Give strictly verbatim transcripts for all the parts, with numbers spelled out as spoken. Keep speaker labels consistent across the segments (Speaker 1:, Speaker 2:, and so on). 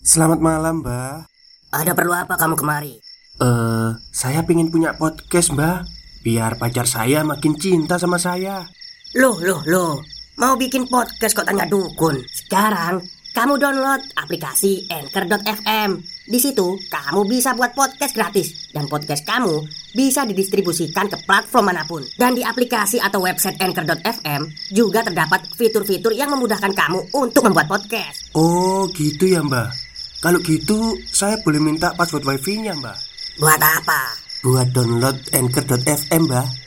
Speaker 1: Selamat malam, Mbak.
Speaker 2: Ada perlu apa kamu kemari?
Speaker 1: Eh, uh, saya pengen punya podcast, Mbak. Biar pacar saya makin cinta sama saya.
Speaker 2: Loh, loh, loh. Mau bikin podcast kok tanya dukun? Sekarang kamu download aplikasi Anchor dot f m. Di situ kamu bisa buat podcast gratis dan podcast kamu bisa didistribusikan ke platform manapun. Dan di aplikasi atau website Anchor dot f m juga terdapat fitur-fitur yang memudahkan kamu untuk membuat podcast.
Speaker 1: Oh, gitu ya, Mbak. Kalau gitu, saya boleh minta password wifi-nya, Mbak.
Speaker 2: Buat apa?
Speaker 1: Buat download Anchor dot f m, Mbak.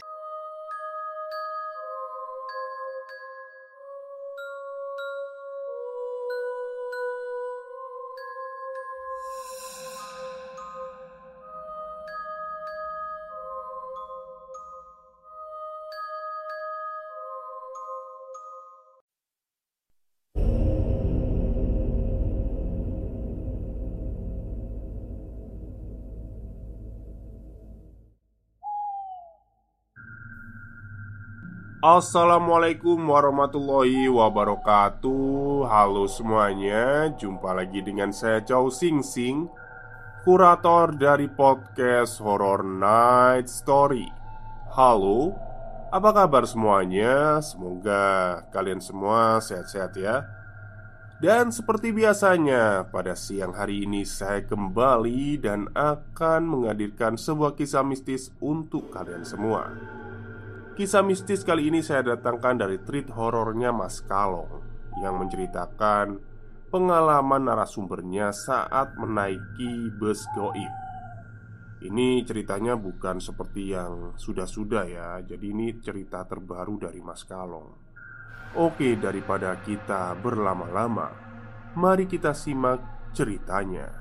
Speaker 3: Assalamualaikum warahmatullahi wabarakatuh. Halo semuanya, jumpa lagi dengan saya Chow Sing Sing, kurator dari podcast Horror Night Story. Halo, apa kabar semuanya? Semoga kalian semua sehat-sehat ya. Dan seperti biasanya, pada siang hari ini saya kembali dan akan menghadirkan sebuah kisah mistis untuk kalian semua. Kisah mistis kali ini saya datangkan dari treat horornya Mas Kalong, yang menceritakan pengalaman narasumbernya saat menaiki bus goib. Ini ceritanya bukan seperti yang sudah-sudah ya. Jadi ini cerita terbaru dari Mas Kalong. Oke, daripada kita berlama-lama, mari kita simak ceritanya.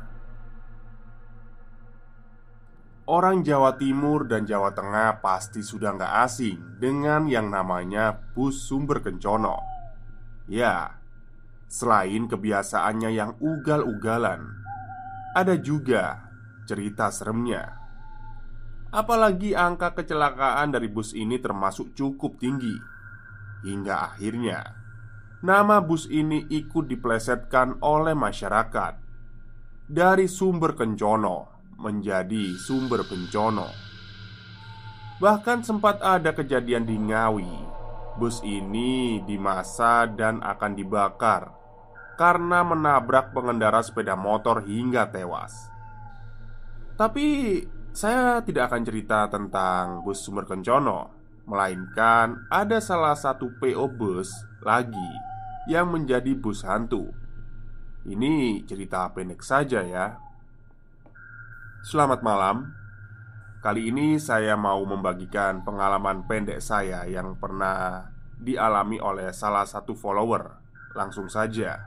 Speaker 3: Orang Jawa Timur dan Jawa Tengah pasti sudah nggak asing dengan yang namanya bus sumber kencono. Ya, selain kebiasaannya yang ugal-ugalan, ada juga cerita seremnya. Apalagi angka kecelakaan dari bus ini termasuk cukup tinggi. Hingga akhirnya nama bus ini ikut diplesetkan oleh masyarakat dari sumber kencono menjadi sumber bencono. Bahkan sempat ada kejadian di Ngawi. Bus ini dimasak dan akan dibakar karena menabrak pengendara sepeda motor hingga tewas. Tapi saya tidak akan cerita tentang bus sumber kencono, melainkan ada salah satu P O bus lagi yang menjadi bus hantu. Ini cerita pendek saja ya. Selamat malam. Kali ini saya mau membagikan pengalaman pendek saya yang pernah dialami oleh salah satu follower. Langsung saja.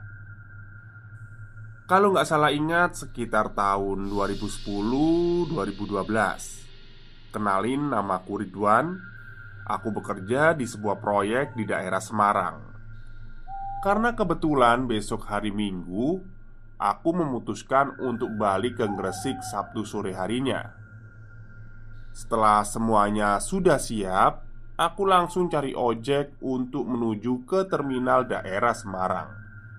Speaker 3: Kalau nggak salah ingat sekitar tahun dua ribu sepuluh dua ribu dua belas. Kenalin, namaku Ridwan. Aku bekerja di sebuah proyek di daerah Semarang. Karena kebetulan besok hari Minggu, aku memutuskan untuk balik ke Gresik Sabtu sore harinya. Setelah semuanya sudah siap, aku langsung cari ojek untuk menuju ke terminal daerah Semarang.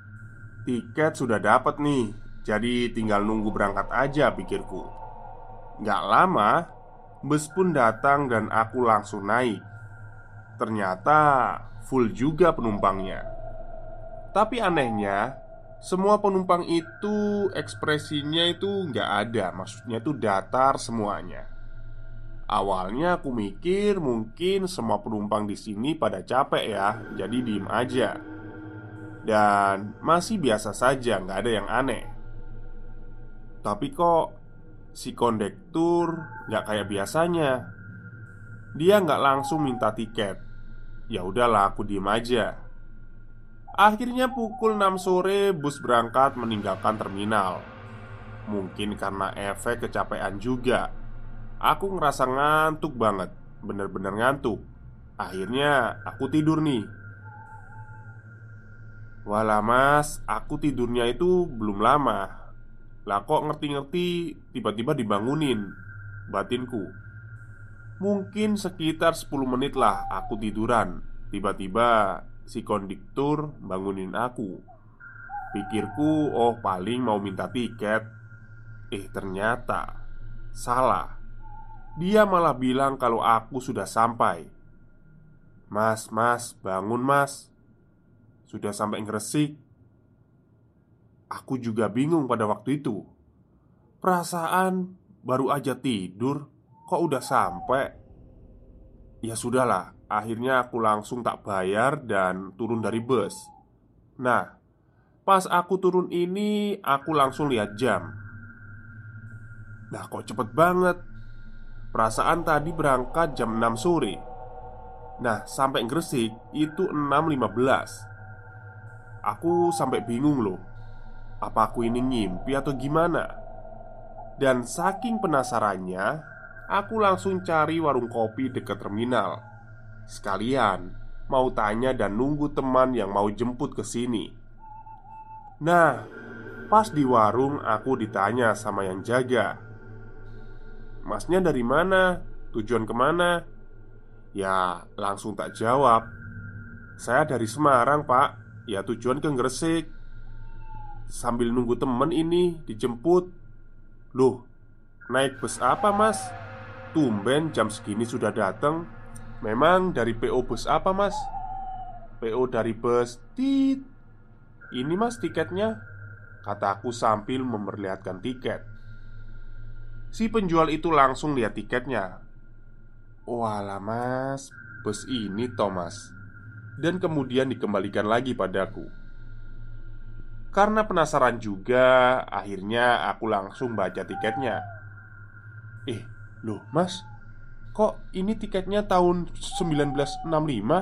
Speaker 3: Tiket sudah dapat nih, jadi tinggal nunggu berangkat aja pikirku. Gak lama, bus pun datang dan aku langsung naik. Ternyata full juga penumpangnya. Tapi anehnya, semua penumpang itu ekspresinya itu nggak ada. Maksudnya itu datar semuanya. Awalnya aku mikir mungkin semua penumpang di sini pada capek ya, jadi diem aja. Dan masih biasa saja, nggak ada yang aneh. Tapi kok si kondektur nggak kayak biasanya. Dia nggak langsung minta tiket. Ya udahlah, aku diem aja. Akhirnya pukul enam sore bus berangkat meninggalkan terminal. Mungkin karena efek kecapean juga. Aku ngerasa ngantuk banget, bener-bener ngantuk. Akhirnya aku tidur nih. Walah mas, aku tidurnya itu belum lama. Lah kok ngerti-ngerti tiba-tiba dibangunin batinku. Mungkin sekitar sepuluh menit lah aku tiduran. Tiba-tiba si kondektur bangunin aku. Pikirku, oh paling mau minta tiket. Eh ternyata salah. Dia malah bilang kalau aku sudah sampai. Mas, mas, bangun mas. Sudah sampai Gresik. Aku juga bingung pada waktu itu. Perasaan baru aja tidur, kok udah sampai? Ya sudahlah, akhirnya aku langsung tak bayar dan turun dari bus. Nah, pas aku turun ini, aku langsung lihat jam. Nah kok cepet banget. Perasaan tadi berangkat jam enam sore. Nah sampai Gresik itu enam lima belas. Aku sampai bingung loh. Apa aku ini ngimpi atau gimana? Dan saking penasarannya, aku langsung cari warung kopi dekat terminal. Sekalian mau tanya dan nunggu teman yang mau jemput ke sini. Nah, pas di warung aku ditanya sama yang jaga, "Masnya dari mana? Tujuan kemana?" Ya langsung tak jawab, "Saya dari Semarang pak. Ya tujuan ke Gresik. Sambil nunggu temen ini dijemput." "Loh, naik bus apa mas? Tumben jam segini sudah datang. Memang dari P O bus apa mas?" "P O dari bus tit. Ini mas tiketnya," kataku sambil memperlihatkan tiket. Si penjual itu langsung lihat tiketnya. "Walah mas, bus ini Thomas." Dan kemudian dikembalikan lagi padaku. Karena penasaran juga, akhirnya aku langsung baca tiketnya. "Eh, loh mas, kok ini tiketnya tahun seribu sembilan ratus enam puluh lima?"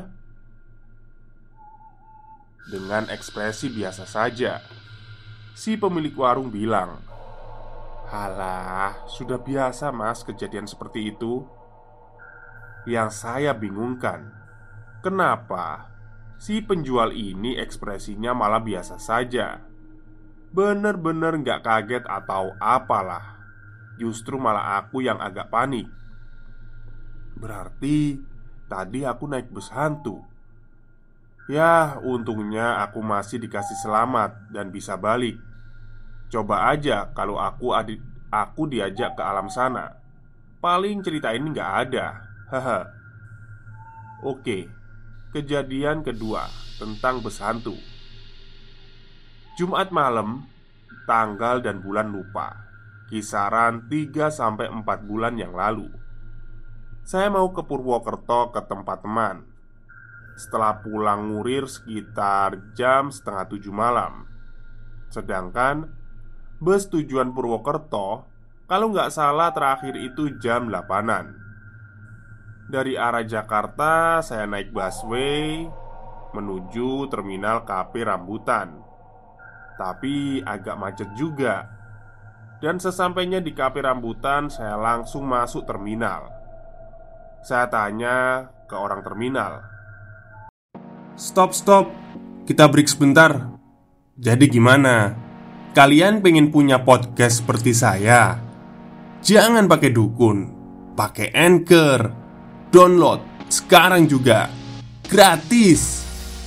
Speaker 3: Dengan ekspresi biasa saja, si pemilik warung bilang, "Halah, sudah biasa mas kejadian seperti itu." Yang saya bingungkan, kenapa si penjual ini ekspresinya malah biasa saja. Bener-bener gak kaget atau apalah. Justru malah aku yang agak panik. Berarti tadi aku naik bus hantu. Ya, untungnya aku masih dikasih selamat dan bisa balik. Coba aja kalau aku adik, aku diajak ke alam sana. Paling cerita ini gak ada. Haha. Oke, kejadian kedua tentang bus hantu. Jumat malam, tanggal dan bulan lupa. Kisaran tiga sampai empat bulan yang lalu. Saya mau ke Purwokerto ke tempat teman. Setelah pulang ngurir sekitar jam setengah tujuh malam. Sedangkan bus tujuan Purwokerto, kalau nggak salah terakhir itu jam delapanan. Dari arah Jakarta saya naik busway menuju terminal K P Rambutan. Tapi agak macet juga. Dan sesampainya di K P Rambutan, saya langsung masuk terminal. Saya tanya ke orang terminal, "Stop, stop, kita break sebentar. Jadi gimana? Kalian pengen punya podcast seperti saya? Jangan pakai dukun, pakai Anchor. Download sekarang juga, gratis."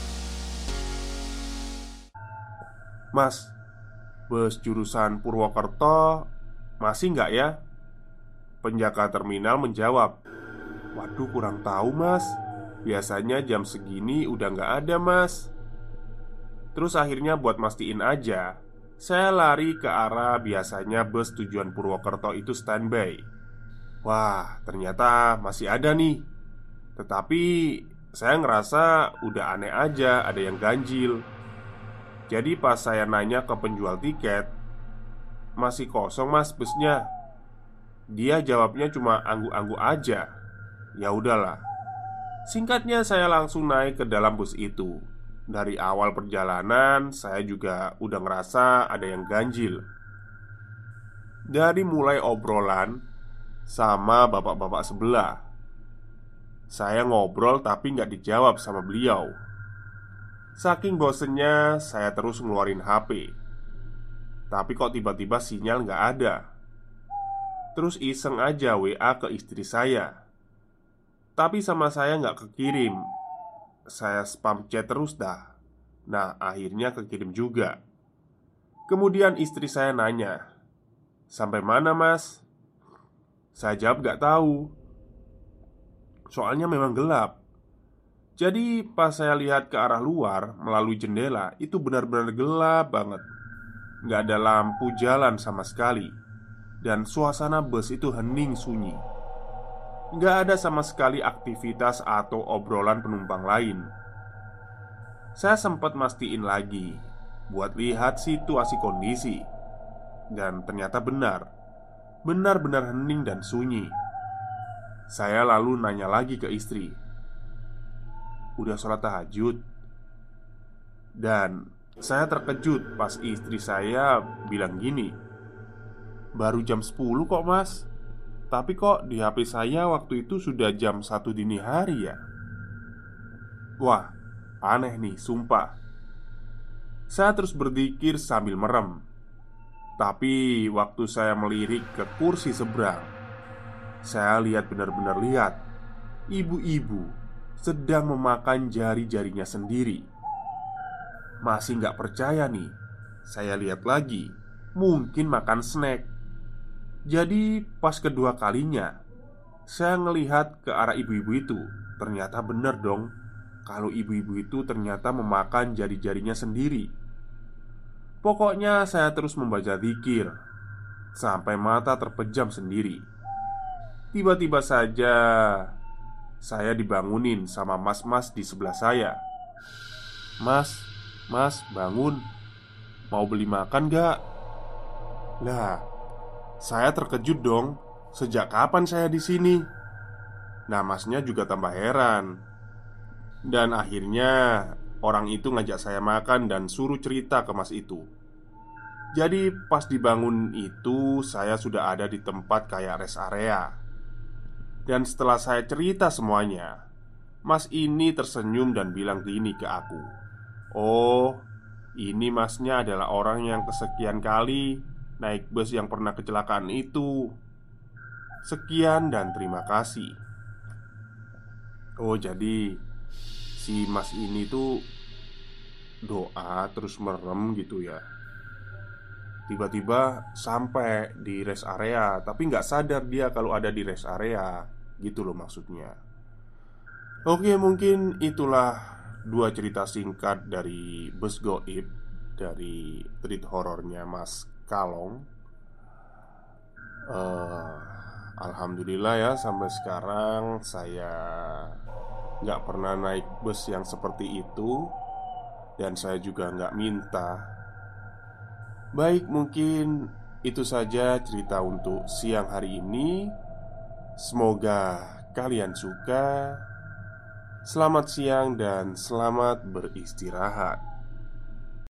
Speaker 3: "Mas, bus jurusan Purwokerto masih nggak ya?" Penjaga terminal menjawab, "Waduh kurang tahu mas. Biasanya jam segini udah nggak ada mas." Terus akhirnya buat mastiin aja, saya lari ke arah biasanya bus tujuan Purwokerto itu standby. Wah ternyata masih ada nih. Tetapi saya ngerasa udah aneh aja, ada yang ganjil. Jadi pas saya nanya ke penjual tiket, "Masih kosong mas busnya." Dia jawabnya cuma angguk-angguk aja. Ya udahlah. Singkatnya saya langsung naik ke dalam bus itu. Dari awal perjalanan saya juga udah ngerasa ada yang ganjil. Dari mulai obrolan sama bapak-bapak sebelah, saya ngobrol tapi nggak dijawab sama beliau. Saking bosennya saya terus ngeluarin H P. Tapi kok tiba-tiba sinyal nggak ada. Terus iseng aja W A ke istri saya. Tapi sama saya nggak kekirim. Saya spam chat terus dah. Nah akhirnya kekirim juga. Kemudian istri saya nanya, "Sampai mana mas?" Saya jawab gak tahu. Soalnya memang gelap. Jadi pas saya lihat ke arah luar melalui jendela, itu benar-benar gelap banget. Gak ada lampu jalan sama sekali. Dan suasana bus itu hening sunyi. Gak ada sama sekali aktivitas atau obrolan penumpang lain. Saya sempat mastiin lagi buat lihat situasi kondisi. Dan ternyata benar. Benar-benar hening dan sunyi. Saya lalu nanya lagi ke istri, "Udah sholat tahajud?" Dan saya terkejut pas istri saya bilang gini, "Baru jam sepuluh kok mas. Tapi kok di H P saya waktu itu sudah jam satu dini hari ya?" Wah, aneh nih, sumpah. Saya terus berzikir sambil merem. Tapi waktu saya melirik ke kursi seberang, saya lihat benar-benar lihat ibu-ibu sedang memakan jari-jarinya sendiri. Masih nggak percaya nih, saya lihat lagi, mungkin makan snack. Jadi pas kedua kalinya saya ngelihat ke arah ibu-ibu itu, ternyata benar dong kalau ibu-ibu itu ternyata memakan jari-jarinya sendiri. Pokoknya saya terus membaca zikir sampai mata terpejam sendiri. Tiba-tiba saja saya dibangunin sama mas-mas di sebelah saya. "Mas, mas bangun. Mau beli makan gak?" Lah, saya terkejut dong. Sejak kapan saya di sini? Nah, masnya juga tambah heran. Dan akhirnya orang itu ngajak saya makan dan suruh cerita ke mas itu. Jadi pas dibangun itu saya sudah ada di tempat kayak rest area. Dan setelah saya cerita semuanya, mas ini tersenyum dan bilang gini ke aku, "Oh, ini masnya adalah orang yang kesekian kali naik bus yang pernah kecelakaan itu. Sekian dan terima kasih." Oh, jadi si mas ini tuh doa terus merem gitu ya. Tiba-tiba sampai di rest area, tapi nggak sadar dia kalau ada di rest area. Gitu loh maksudnya. Oke, mungkin itulah dua cerita singkat dari Bus Goib, dari treat horornya Mas Kalong. uh, Alhamdulillah ya, sampai sekarang saya nggak pernah naik bus yang seperti itu. Dan saya juga nggak minta. Baik, mungkin itu saja cerita untuk siang hari ini. Semoga kalian suka. Selamat siang dan selamat beristirahat.